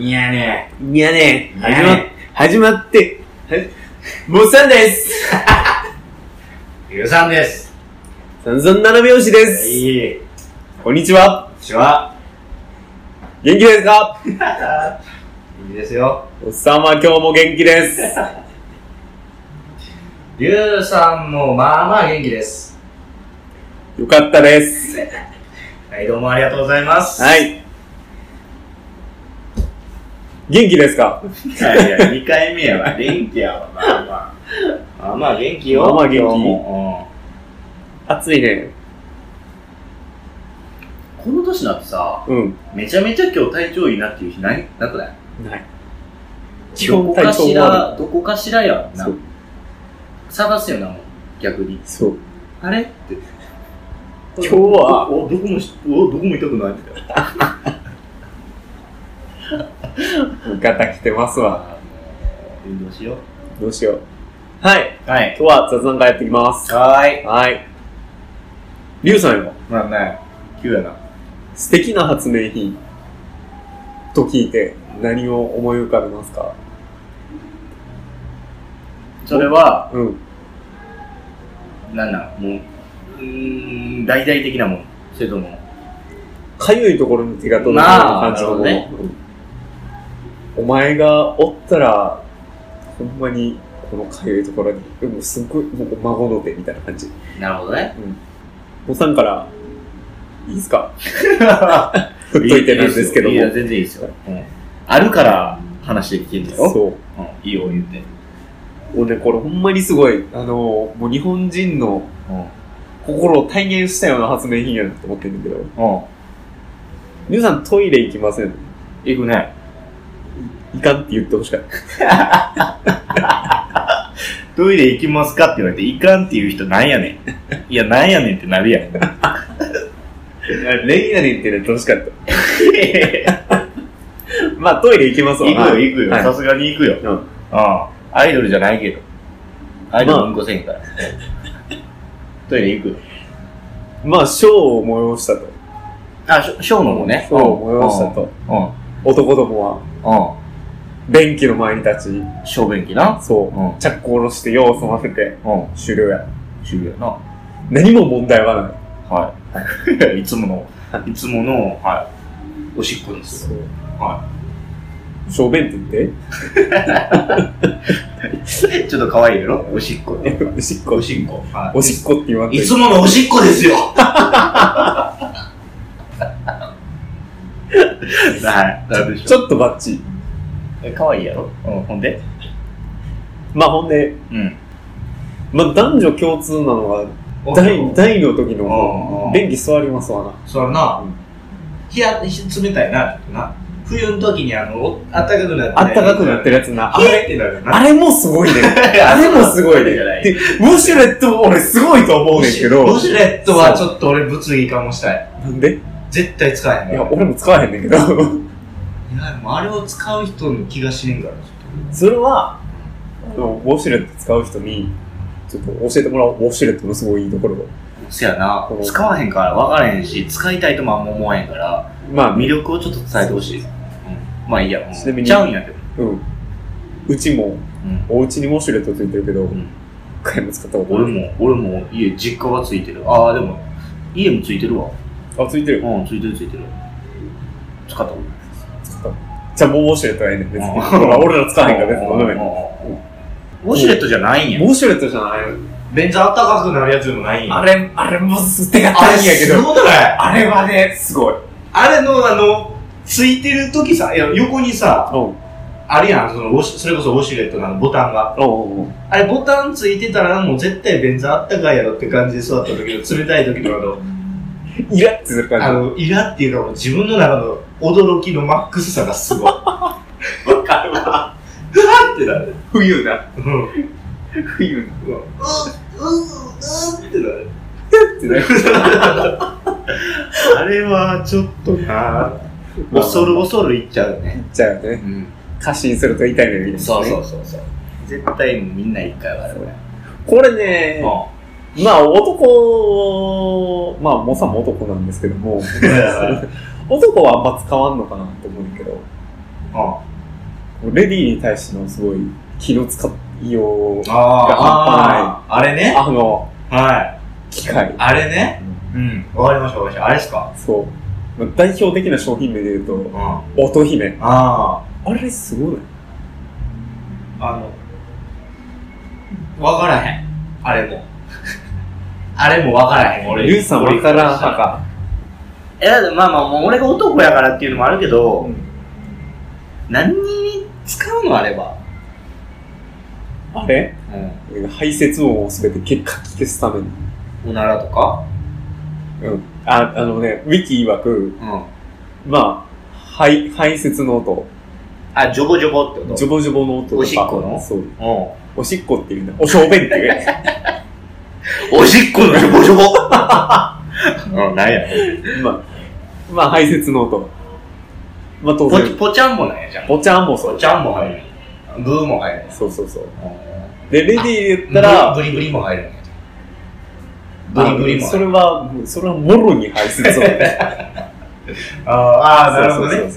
いやね。 始まって、もうさんです。 ゆうさんです。 三三七拍子です。こんにちは。 こんにちは。 元気ですか？ いいですよ。 おっさんは今日も元気です。 ゆうさんもまあまあ元気です。 よかったです。 はい、どうもありがとうございます。 はい。元気ですか？ いやいや、2回目やわ。元気やわ。まあまあ。まあまあ元気よ。 まあまあ元気。暑いね。 この年になってさ、めちゃめちゃ今日体調いいなっていう日なくない？ ない。 基本体調悪い。どこかしらやんな。探すよな、もう。逆に。 そう。 あれって。 今日は、 どこも痛くないみたいな。 ガタ来てますわ。 どうしよう。 どうしよう。はい。 はい。 今日は雑談会やっていきます。 はい。 はい。リュウさんよ。 まあね、急やな。 素敵な発明品と聞いて何を思い浮かべますか？ それは、もう、大々的なもの。それとも、 かゆいところに手が届くような感じのもの、ね。お前がおったら、ほんまにこのかゆいところに、もうすごい、もう孫の手みたいな感じ。 なるほどね。 おさんから、いいですか？振っといてなんですけども。 いや、全然いいですよ。あるから話できてるんだよ。 そう。 いいよ、言って。 俺ね、これほんまにすごい、もう日本人の心を体現したような発明品やなって思ってるんだけど。皆さんトイレ行きません？ 行くね。 行かんって言ってほしかった。 トイレ行きますかって言われて、行かんって言う人なんやねん。いや、なんやねんってなるやん。 レギやねんって言ってほしかった。まあトイレ行きますわ。 行くよ。さすがに行くよ。アイドルじゃないけど。アイドルうんこせんから。トイレ行くよ。 まあ、ショーを催したと。 ショーのもね。 ショーを催したと。男どもは。便器の前に立ち。 小便器な。 そう。チャック下ろして用を済ませて。終了や。 終了やな。 何も問題はない。 はい。いつもの、はい。おしっこですよ。はい。 小便って言ってちょっと可愛いやろ？おしっこ。 おしっこ。 おしっこ。 はい。おしっこって言わんといつものおしっこですよはい。ちょっとバッチリ。可愛いやろ？ほんで？ まあほんで、まあ男女共通なのが、大の時の便器座りますわな。 座るな。冷たいな。冬の時にあったかくなってるやつな。 あれってなるな。 あれもすごいね。あれもすごいね。で、ウォシュレット俺すごいと思うねんけど。 ウォシュレットはちょっと俺物議かもしたい。 なんで？ 絶対使えへん。 いや、俺も使わへんねんけど。いや、 でもあれを使う人の気がしねんから。 それは、ウォシュレット使う人に、ちょっと教えてもらおう。ウォシュレットのすごいいいところを。 そやな。使わへんから分からへんし、使いたいともあんま思わへんから、まあ魅力をちょっと伝えてほしい。まあいいや。ちなみに。ちゃうんやけど。 うちも、お家にウォシュレットついてるけど、一回も使ったことない。 俺も実家はついてる。でも、家もついてるわ。 ついてる？ ついてる。使ったことない。 じゃあもうウォシュレットはええねん、別に。俺ら使わへんから別に飲めん。 ウォシュレットじゃないんや。 ウォシュレットじゃないよ。 便座あったかくなるやつでもないんや。 あれも手が大変やけど。 そうだね。 あれはね、すごい。 あれの、ついてる時さ、横にさ、あるやん、それこそウォシュレットのボタンが。あれボタンついてたらもう絶対便座あったかいやろって感じで座った時の冷たい時のイラッてする感じ。イラっていうかもう自分の中の驚きのマックスさがすごい。わかるわ。うわってなる。 冬な。冬な。 ってなる。あれはちょっとな恐るいっちゃうね。 いっちゃうね。過信すると痛いのよ、 そう。絶対みんな一回はある。 これね、まあモさんも男なんですけども、男はあんま使わんのかなと思うんだけど、 レディーに対してのすごい気の使いようが半端ない。あれね。 はい。機械。 あれね。うん。わかりました、わかりました。あれですか？ そう。代表的な商品名で言うと、乙姫。あれすごい。 わからへん。あれも。あれもわからへん。俺。 ルーさんわからん派か。 まあまあ、もう俺が男やからっていうのもあるけど、何に使うのあれば。 あれ？排泄音をすべて結果消すために。 おならとか？ ウィキ曰く、まあ、排泄の音。 ジョボジョボってこと？ ジョボジョボの音とか。 おしっこの？ そう。おしっこっていうんだ。おしょうべんっていう。 おしっこのジョボジョボなんや。 まあ、排泄の音。まあ、当然。 ポチャンもなんやじゃん。 ポチャンもそう。 ポチャンも入る。ブーも入る。 そう。で、レディー言ったら、 ブリブリも入るんや。ブリブリも。 それはもろに排泄音。 なるほどね。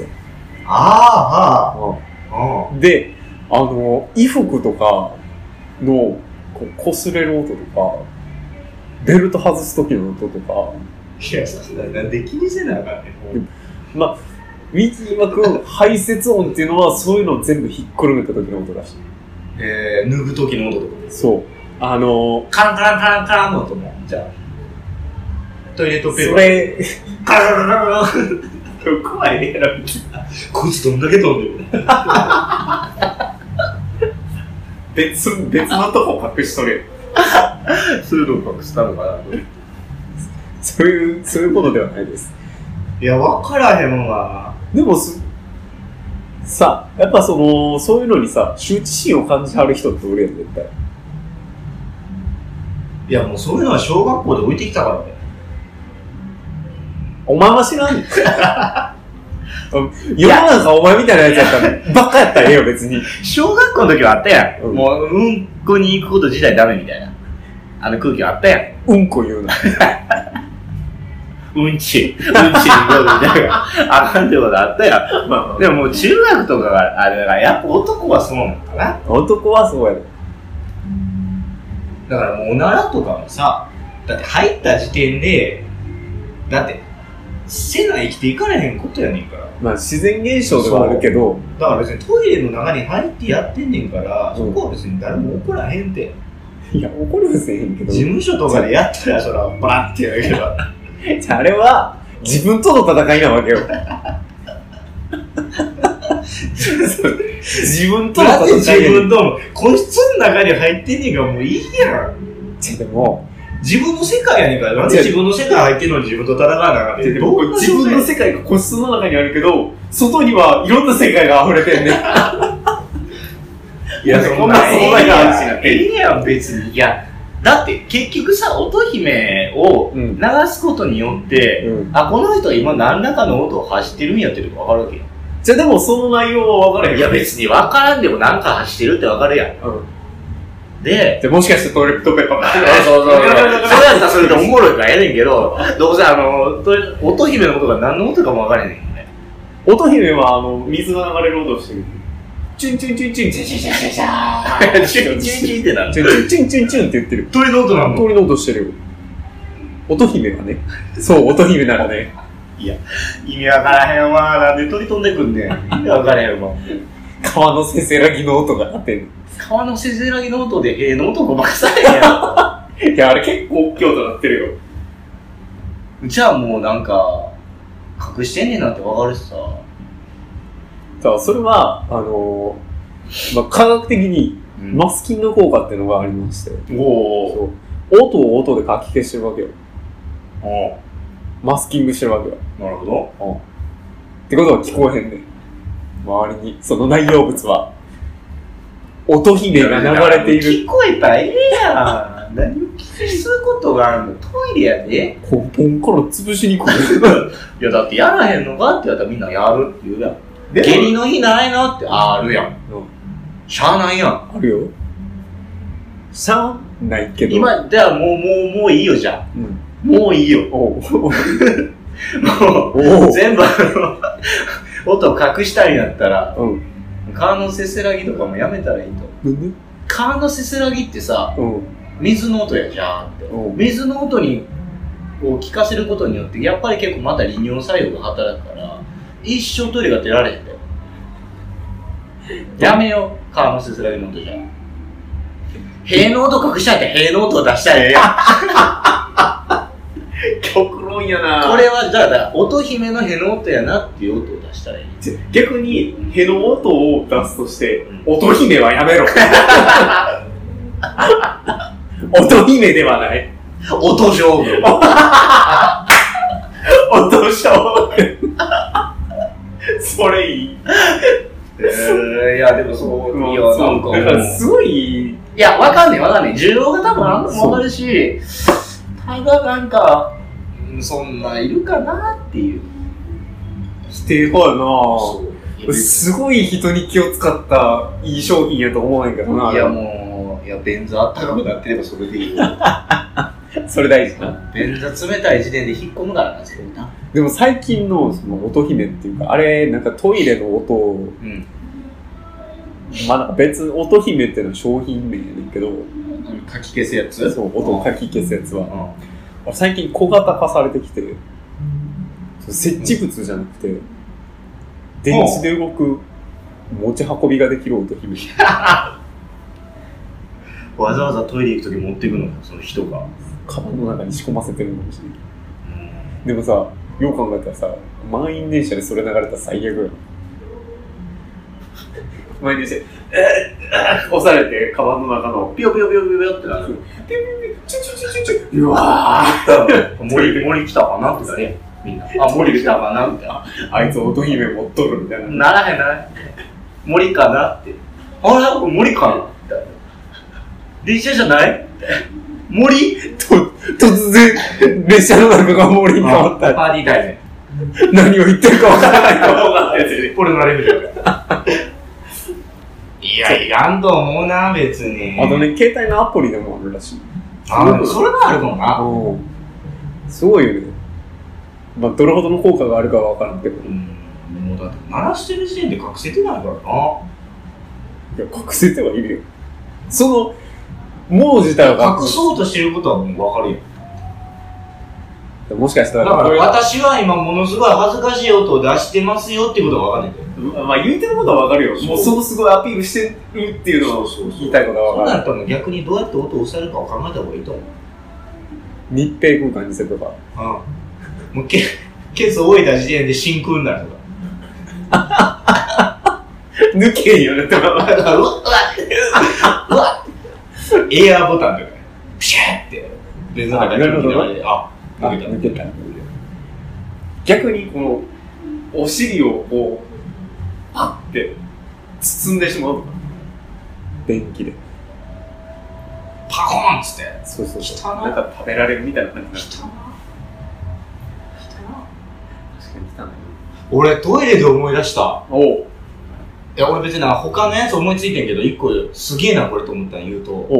で、衣服とかの擦れる音とか、ベルト外す時の音とか。 いや、なんで気にせなあかんねん。 まあ、ウィキ曰く排泄音っていうのはそういうのを全部ひっくるめた時の音らしい。 脱ぐ時の音とか。 そう。 カランカランカランカランの音も。じゃあ。トイレットペーパー。 それ、 カララララ怖いねやろ。こいつどんだけ飛んでる別のとこ隠しとれ。 そういうの隠したのかな。 そういうことではないです。 いや、わからへんわ。 でもさ、やっぱそういうのにさ、羞恥心を感じはる人っておるやん、絶対。 いや、もうそういうのは小学校で置いてきたからね。 お前は知らん世の中お前みたいなやつやったら、バカやったらええよ、別に。 小学校の時はあったやん。もう、うんこに行くこと自体ダメみたいな。空気はあったやん。 うんこ言うな。 うんちに行くことみたいな。あかんってことあったやん。でももう中学とかがあれだから、やっぱ男はそうなのかな。 男はそうやで。 だからもうおならとかもさ、だって入った時点で、だって、せな生きていかれへんことやねんから。 まあ自然現象ではあるけど。 だから別にトイレの中に入ってやってんねんから、そこは別に誰も怒らへんて。 いや、怒りはせへんけど。 事務所とかでやったらそら、バーってやるけど。 じゃああれは、自分との戦いなわけよ。自分との戦い。 自分との、個室の中に入ってんねんからもういいやん。 でも、 自分の世界やねんから、なんで自分の世界入ってんのに自分と戦わなあかんねん。 自分の世界が個室の中にあるけど、外にはいろんな世界が溢れてんねん。 いや、そんな話がええやん、別に。いや、だって結局さ、乙姫を流すことによって、この人は今何らかの音を発してるんやってるか分かるわけよ。 じゃあでもその内容は分からへん。 いや別に分からんでも何か発してるって分かるやん。で、 もしかしてトイレットペーパーか。 そう。それやったらそれでおもろいからやねんけど、どうせ乙姫のことが何の音かも分からへんねんね。 乙姫は水が流れる音をしてる。チュンチュンチュンチュンチュンチュンチュンチュンチュンチュンチュンチュンってなる。 チュンチュンチュンチュンって言ってる。 鳥の音なの？ 鳥の音してるよ。乙姫がね。そう、乙姫ならね。 いや、意味わからへんわ。なんで鳥飛んでくんねん。意味わからへんわ。 川のせせらぎの音が鳴ってんの。 川のせせらぎの音で塀の音ごまかさへんやん。 いや、あれ結構大きい音鳴ってるよ。 じゃあもうなんか、隠してんねんなってわかるしさ。 それは、科学的にマスキング効果っていうのがありまして、音を音でかき消してるわけよ。マスキングしてるわけよ。 なるほど。 ってことは聞こえへんねん。周りに、その内容物は。乙姫が流れている。 聞こえたらええやん。何を聞きすることがあるの？トイレやで。 根本から潰しに来る。いやだってやらへんのかって言ったらみんなやるって言うやん。下痢の日ないのってあるやん。しゃあないやん。 あるよ。しゃあないけど。 今、じゃあもういいよじゃあ。もういいよ。もう全部音を隠したりだったら、 うん。 川のせせらぎとかもやめたらいいと。 なんで？ 川のせせらぎってさ、 うん。 水の音やじゃんって。水の音にを聞かせることによって、やっぱり結構また利尿作用が働くから、一生トイレが出られへんで。やめよう、川のせせらぎの音じゃ。塀の音隠したって塀の音を出したらええやん。 極論やな。 これはじゃあ音姫のへの音やなっていう音を出したらいい。 逆にへの音を出すとして、音姫はやめろ。音姫ではない。 音勝負。 音勝負。それいい。 いやでもそういやなんかだからすごい。 いやわかんねえ需要が多分あんのもわかるし、ただなんかそんないるかなっていう否定派やな。すごい人に気を使ったいい商品やと思わないけどな。 いやもういや便座あったかくなってればそれでいいよ。 それ大事な。 便座冷たい時点で引っ込むからなそれな。 でも最近のその音姫っていうかあれなんかトイレの音を、うん、まあなんか別音姫っていうのは商品名やねんけど、 かき消すやつ。 そう音をかき消すやつは。最近小型化されてきて、設置物じゃなくて、電池で動く持ち運びができる音姫。 わざわざトイレ行くとき持っていくのか、その人が。 カバンの中に仕込ませてるのかもしれない。でもさ、よう考えたらさ、満員電車でそれ流れたら最悪よ。満員電車で、押されて、カバンの中のピヨピヨピヨピヨってなる。ピヨピヨピヨ、チュチュチュチュチュ。うわー森来たかなってね。みんな。あ、森来たかなって。あいつ音姫持っとるみたいな。ならへんならへん。森かなって。あれこれ森かなみたいな。電車じゃない森突然、列車の中が森に変わった。パーティータイム。何を言ってるかわからないと思うなって。これのレベルだ。いや、いらんと思うな、別に。あとね、携帯のアプリでもあるらしい。あ、それがあるかもな。すごいよね。まあ、どれほどの効果があるかは分からんけど。もうだって、鳴らしてる時点で隠せてないからな。いや、隠せてはいるよ。その、もの自体は隠そうとしてることはもう分かるよ。もしかしたら。だから、私は今ものすごい恥ずかしい音を出してますよっていうことは分かんないんだよ。まあ、言うてることは分かるよ。もうそのすごいアピールしてるっていうのを言いたいことは分かる。そうなったら逆にどうやって音を抑えるかを考えた方がいいと思う。密閉空間にするとか。もうケツ置いた時点で真空になるとか。抜けんよね、とか。うわっエアーボタンとかね、ピシャーって、レズナーが抜けた。逆にこの、お尻をこう、パッて包んでしまうとか。電気で。パコーンっつって。そう。なんか食べられるみたいな感じになる。俺トイレで思い出した。いや俺別に他のやつ思いついてんけど一個すげえなこれと思ったの言うと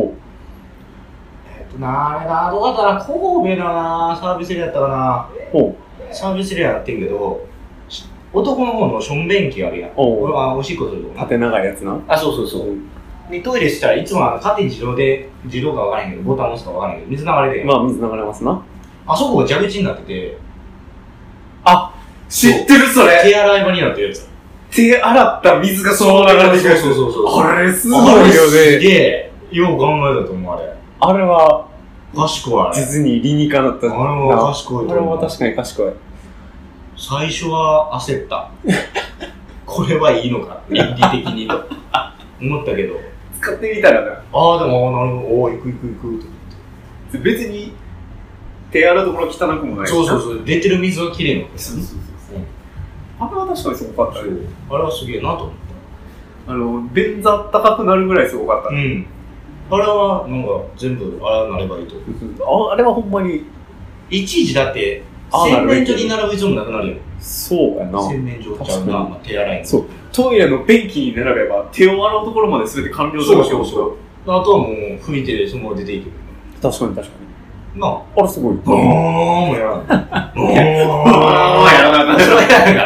あれだどうだったら神戸だなサービスエリアやったかなサービスエリアやってんけど男の方のしょんべん機あるやん俺はおしっこすると縦長いやつなあそうでトイレしたらいつも勝手に自動か分からへんけどボタン押すか分からへんけど水流れてまあ水流れますなあそこが蛇口になっててあ知ってるそれ手洗い場になってるやつ手洗った水がそのまま流れてくるそうあれすごいよねすげえよう考えたと思うあれは賢いあれディズニー理にかなったあれは賢いと思うあれは確かに賢い最初は焦ったこれはいいのか倫理的にと思ったけど使ってみたらなああでもなるほどおお行くと思って別に手洗うところ汚くもないそう出てる水はきれいなのそうあれは確かにすごかったねあれはすげえなと思った便座高くなるぐらいすごかったあれはなんか全部あれなればいいとあれはほんまにいちいちだって洗面所に並ぶ必要もなくなるよそうやな洗面所ちゃうな手洗いそうトイレの便器に並べば手を洗うところまで全て完了するそうあとはもう拭いてでそのまま出ていける確かになあ、あれすごい。もうやらな。もうやらな。それはやらな。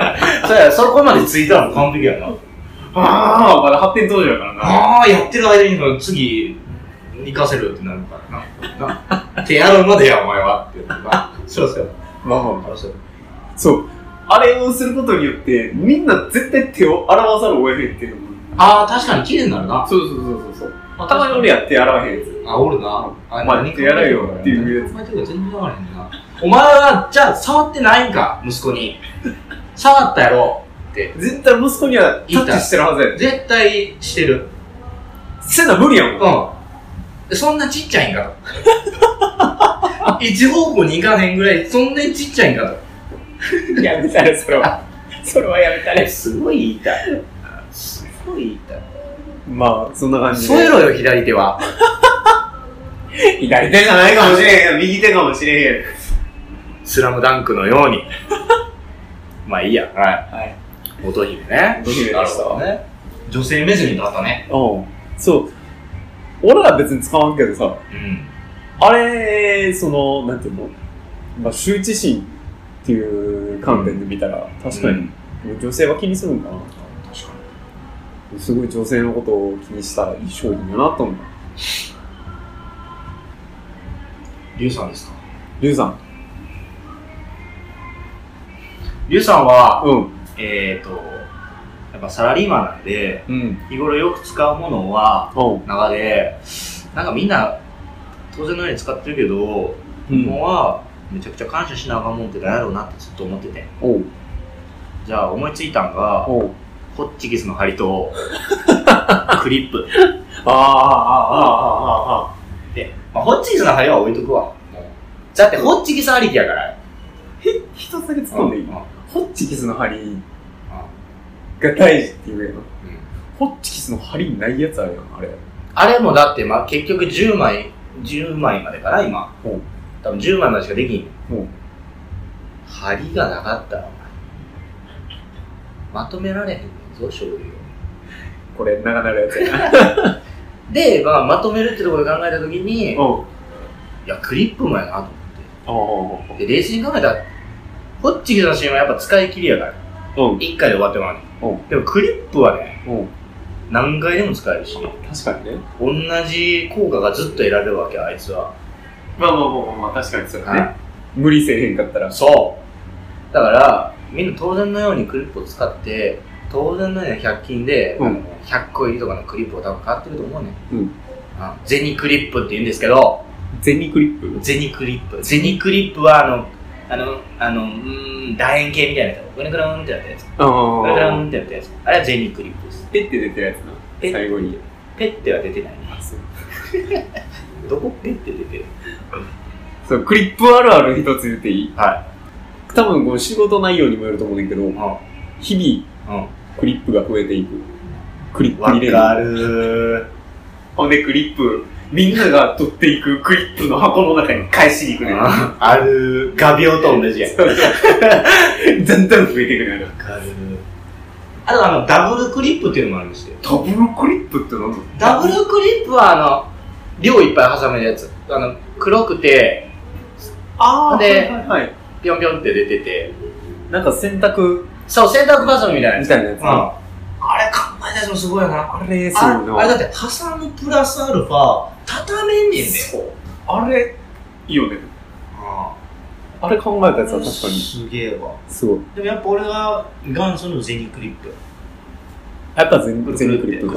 そうや、そこまでついたら完璧やな。 ああ、まだ発展途上やからな。 ああ、やってる間に次、行かせるってなるからな。手洗うまでや、お前は。って言うな。そうそう。 まあまあ、そう。あれをすることによって、みんな絶対手を洗わざるを得へんっていうのも。 ああ、確かに綺麗になるな。 そう。たまに俺やって洗わへんやつ。 あ、おるな。 お前手洗えよっていうやつ。 お前手が全然洗わへんな。お前は、じゃあ、触ってないんか、息子に。触ったやろって。 絶対息子にはタッチしてるはずや。 絶対してる。 せな無理やもん。 うん。そんなちっちゃいんかと。一方向に行かへんぐらい、そんなにちっちゃいんかと。 やめたれ、それは。それはやめたれ。 すごい言いたい。すごい言いたい。 まあ、そんな感じで。添えろよ、左手は。 左手じゃないかもしれへん。右手かもしれへん。 スラムダンクのように。まあいいや。はい。乙姫ね。 乙姫でしたね。女性目線だったね。 そう。俺ら別に使わんけどさ。あれ、なんていうの、まあ、羞恥心っていう観点で見たら、確かに、女性は気にするんかな。 確かに。すごい女性のことを気にしたいい商品やなと思う。 リュウさんですか？ リュウさん。 リュウさんは、やっぱサラリーマンなんで、日頃よく使うものは、中で、なんかみんな、当然のように使ってるけど、もはめちゃくちゃ感謝しなあかんもんって何やろうなってずっと思ってて。じゃあ思いついたんが、ホッチキスの針と、クリップ。で、まあ、ホッチキスの針は置いとくわ。だってホッチキスありきやから。 一つだけ突っ込んでいい？ホッチキスの針が大事って言うやん。ホッチキスの針ないやつあるやん、あれ。 あれもだって、まあ、結局10枚までかな、今。多分10枚までしかできん。針がなかったら、まとめられへんねんぞ、醤油を。 これ、長なるやつやな。 で、まあ、まとめるってところで考えたときに、いや、クリップもやなと思って。で、冷静に考えたら、ホッチキスの芯はやっぱ使い切りやから。1回で終わってまうねん。でも、クリップはね、何回でも使えるし、 確かにね。 同じ効果がずっと得られるわけ、あいつは。 まあ、確かにそうだね。無理せえへんかったら。 そう。だから、みんな当然のようにクリップを使って、当然のように100均で、100個入りとかのクリップを多分買ってると思うねん。ゼニクリップって言うんですけど、 ゼニクリップゼニクリップ。ゼニクリップは、楕円形みたいなやつ。グラグランってやったやつ。グラグランってやったやつ。あれはゼニクリップです。 ペッて出てるやつな。最後に。 ペッては出てないね。どこペッて出てる？ そう、クリップあるある一つ言っていい？ はい。 多分こう仕事内容にもよると思うんだけど、日々、クリップが増えていく。クリップ入れる。 わかる。 ほんでクリップ、みんなが取っていくクリップの箱の中に返しに行くね。 ある、画鋲と同じやん。 だんだん増えていくね。 わかる。あとダブルクリップっていうのもあるんですよ。 ダブルクリップって何だ？ ダブルクリップは量いっぱい挟めるやつ。黒くて、で、ぴょんぴょんって出てて。 なんか洗濯。 そう、洗濯バサミみたいなやつ。 みたいなやつ。 あれ考えたやつもすごいよな。 あれすごいな。 あれだって挟むプラスアルファ、畳めんねんで。そう。 あれ、いいよね。あれ考えたやつは確かに。 すげえわ。 すごい。 でもやっぱ俺が元祖のゼニクリップ。 やっぱゼニクリップとか。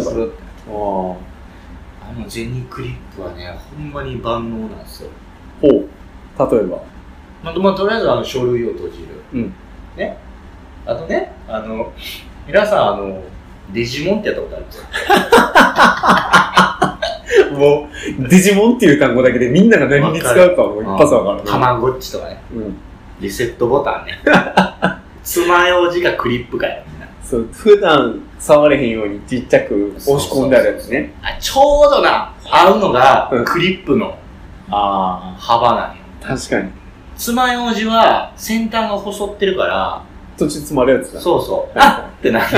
ゼニクリップはね、ほんまに万能なんですよ。 ほう。例えば。 まあ、とりあえず書類を閉じる。ね。あとね、皆さんデジモンってやったことあるんですよ。 もう、デジモンっていう単語だけでみんなが何に使うかも一発わかる。 たまごっちとかね。リセットボタンね。爪楊枝がクリップかよ、みんな。 そう、普段触れへんようにちっちゃく押し込んであるやつね。 ちょうど合うのがクリップの幅なんよ。 確かに。 爪楊枝は先端が細ってるから、 途中詰まるやつだ。 そうそう。あっってなる。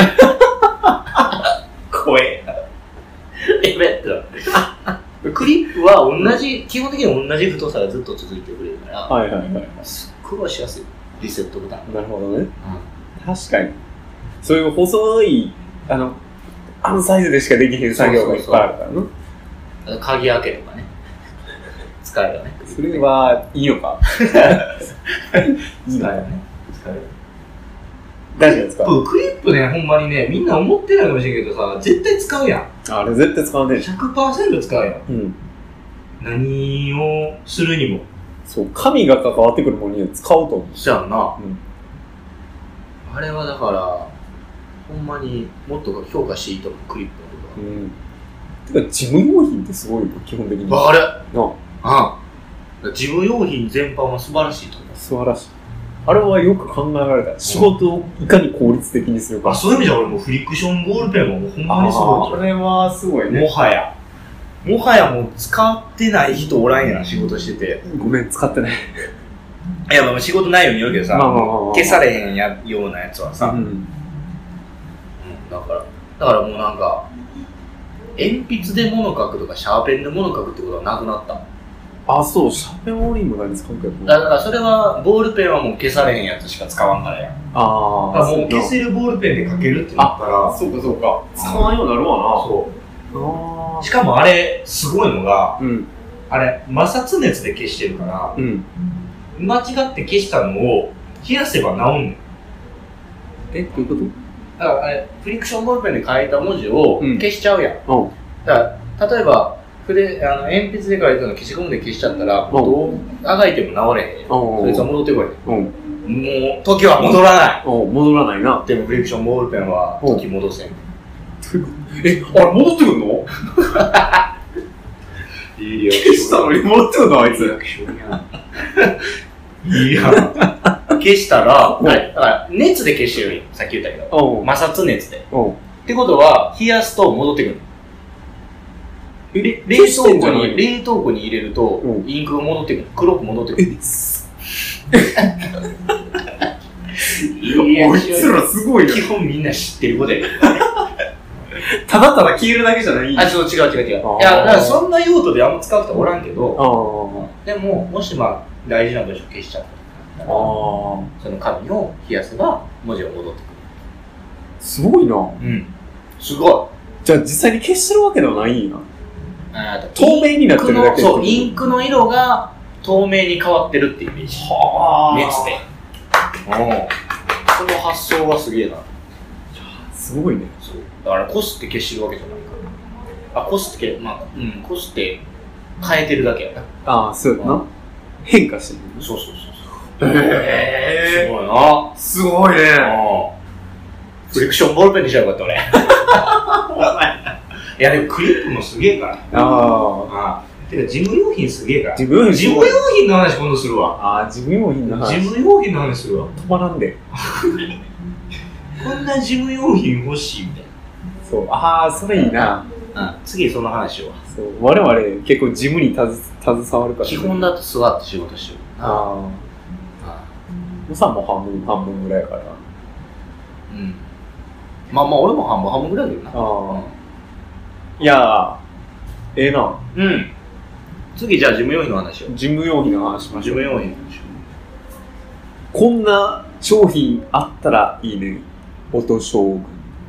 怖え。えべってなる。クリップは基本的に同じ太さがずっと続いてくれるから、すっごい押しやすい。リセットボタン。 なるほどね。確かに。 そういう細い、あのサイズでしかできへん作業がいっぱいあるからな。 鍵開けとかね。使えるよね。 それはいいのか使えるよね。使える。 大丈夫ですか？ クリップね、ほんまにね、みんな思ってないかもしれんけどさ、絶対使うやん。 あれ絶対使うね。 100% 使うやん。 うん。 何をするにも。 そう、紙が関わってくるものには使うと思う。 そうやんな。 うん。 あれはだから、ほんまにもっと評価していいと思う、クリップのことは。てか、事務用品ってすごいよ、基本的に。 あれなああ。事務用品全般は素晴らしいと思う。 素晴らしい。あれはよく考えられた。仕事をいかに効率的にするか。 そういう意味じゃ俺もうフリクションボールペンはもうほんまにすごい。 あれはすごいね。 もはやもう使ってない人おらんやん、仕事してて。 ごめん、使ってない。 いや、まあ仕事内容によるけどさ、消されへんようなやつはさ。だからもうなんか、鉛筆で物書くとかシャーペンで物書くってことはなくなった。 あ、そう、シャーペンオリングが使うけど。 だからそれは、ボールペンはもう消されへんやつしか使わんからや。 ああ。 もう消せるボールペンで書けるってなったら。 そうかそうか。使わんようになるわな。 そう。しかもあれ、すごいのが、あれ、摩擦熱で消してるから、間違って消したのを冷やせば治んねん。 どういうこと？ だからあれ、フリクションボールペンで書いた文字を消しちゃうやん。だから例えば、鉛筆で書いたの消しゴムで消しちゃったら、どうあがいても治れへんやん。そいつは戻ってこい。もう、時は戻らない。 戻らないな。 でもフリクションボールペンは時戻せん。 あれ戻ってくんの？ いいよ。 消したのに戻ってくんのあいつ。 いや。消したら、だから熱で消してるよ。さっき言ったけど。摩擦熱で。ってことは、冷やすと戻ってくる。冷凍庫に入れると、インクが戻ってくる。黒く戻ってくる。 こいつらすごいよ。 基本みんな知ってることや。 ただただ消えるだけじゃない？ 違う。いや、だからそんな用途であんま使う人はおらんけど、でも、もし大事な文章消しちゃったら、その紙を冷やせば文字が戻ってくる。 すごいな。 すごい。 じゃあ実際に消してるわけではないんや。透明になってるだけ。 そう、インクの色が透明に変わってるっていうイメージ。熱で。この発想はすげえな。 すごいね。 そう。だからこすって消してるわけじゃないから。こすって変えてるだけやな。 そうやな。変化してる。 そう。すごいな。 すごいね。 フリクションボールペンにしちゃよかった俺。いやでもクリップもすげえから。てか事務用品すげえから。事務用品の話今度するわ。 事務用品の話。 事務用品の話するわ。 止まらんで。 こんな事務用品欲しいみたいな。 そう。それいいな。 次その話を。 そう。我々結構事務に携わるから。 基本だと座って仕事してる。 もさんも半分ぐらいやから。 まあ俺も半分ぐらいだよな。 いやええな。 次じゃあ事務用品の話を。 事務用品の話しましょう。 事務用品の話。 こんな商品あったらいいね。音将軍。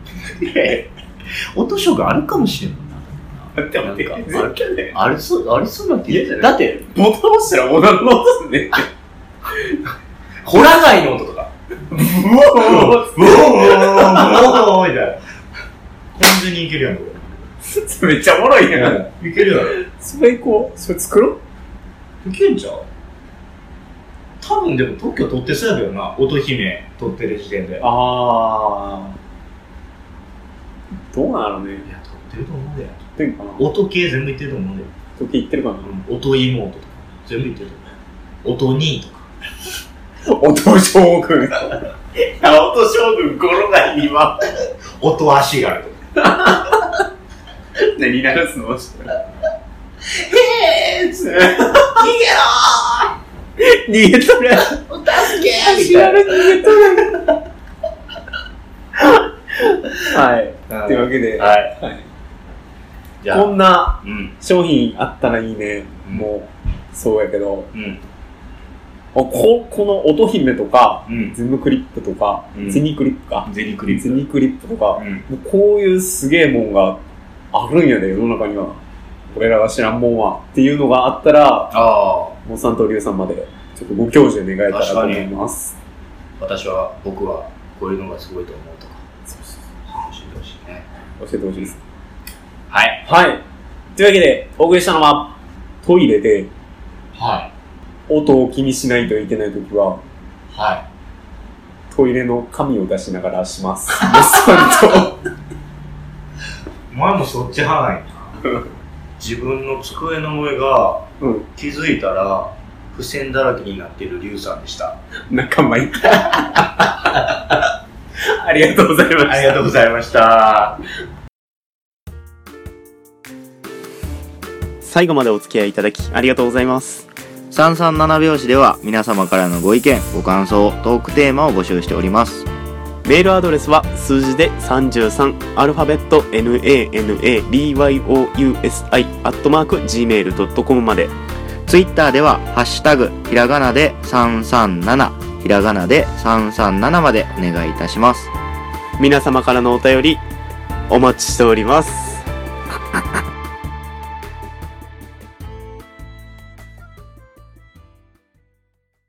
音将軍あるかもしれんもんな。 待って。 ありそうなって言うじゃない。だって、 ボタン押したらオナの音すね。 ホラ貝の音とか。ブオーみたいな。完全にいけるやん、これ。 めっちゃおもろいやん。 いけるやろ。 それ作ろう？ いけんちゃう？多分でも特許取ってそうやけどな。音姫取ってる時点で。 どうなのね。 いや、取ってると思うで。 取ってんかな。 音系全部いってると思うで。 音系いってるかな。 音妹とか。全部いってると思う。音兄とか。 音将軍。音将軍ゴロガイには。 音足があるとか。 何鳴らすの？ へーっつって。逃げろ逃げとる。 助けみたいな。逃げとる。はい。というわけで。こんな商品あったらいいね。もう、そうやけど。 この音姫とか、 うん、 ゼムクリップとか、ゼニクリップか。 ゼニクリップとか、もうこういうすげえもんがあるんやで、世の中には。俺らが知らんもんは。っていうのがあったら、モンサントリュウさんまで、ちょっとご教授願えたらと思います。 僕は、こういうのがすごいと思うとか。そう教えてほしいね。 教えてほしいです。 はい。 はい。というわけで、お送りしたのは、トイレで、 はい。 音を気にしないといけないときは、 はい。 トイレの紙を出しながらします。メスさんと。 お前もそっち派ないな。自分の机の上が、気づいたら、付箋だらけになっているリュウさんでした。 仲間いた。ありがとうございました。 ありがとうございました。 最後までお付き合いいただきありがとうございます。 337拍子では皆様からのご意見、ご感想、トークテーマを募集しております。 メールアドレスは数字で33アルファベット nanabyousi@gmail.com まで。 ツイッターではハッシュタグひらがなで337ひらがなで337までお願いいたします。 皆様からのお便りお待ちしております。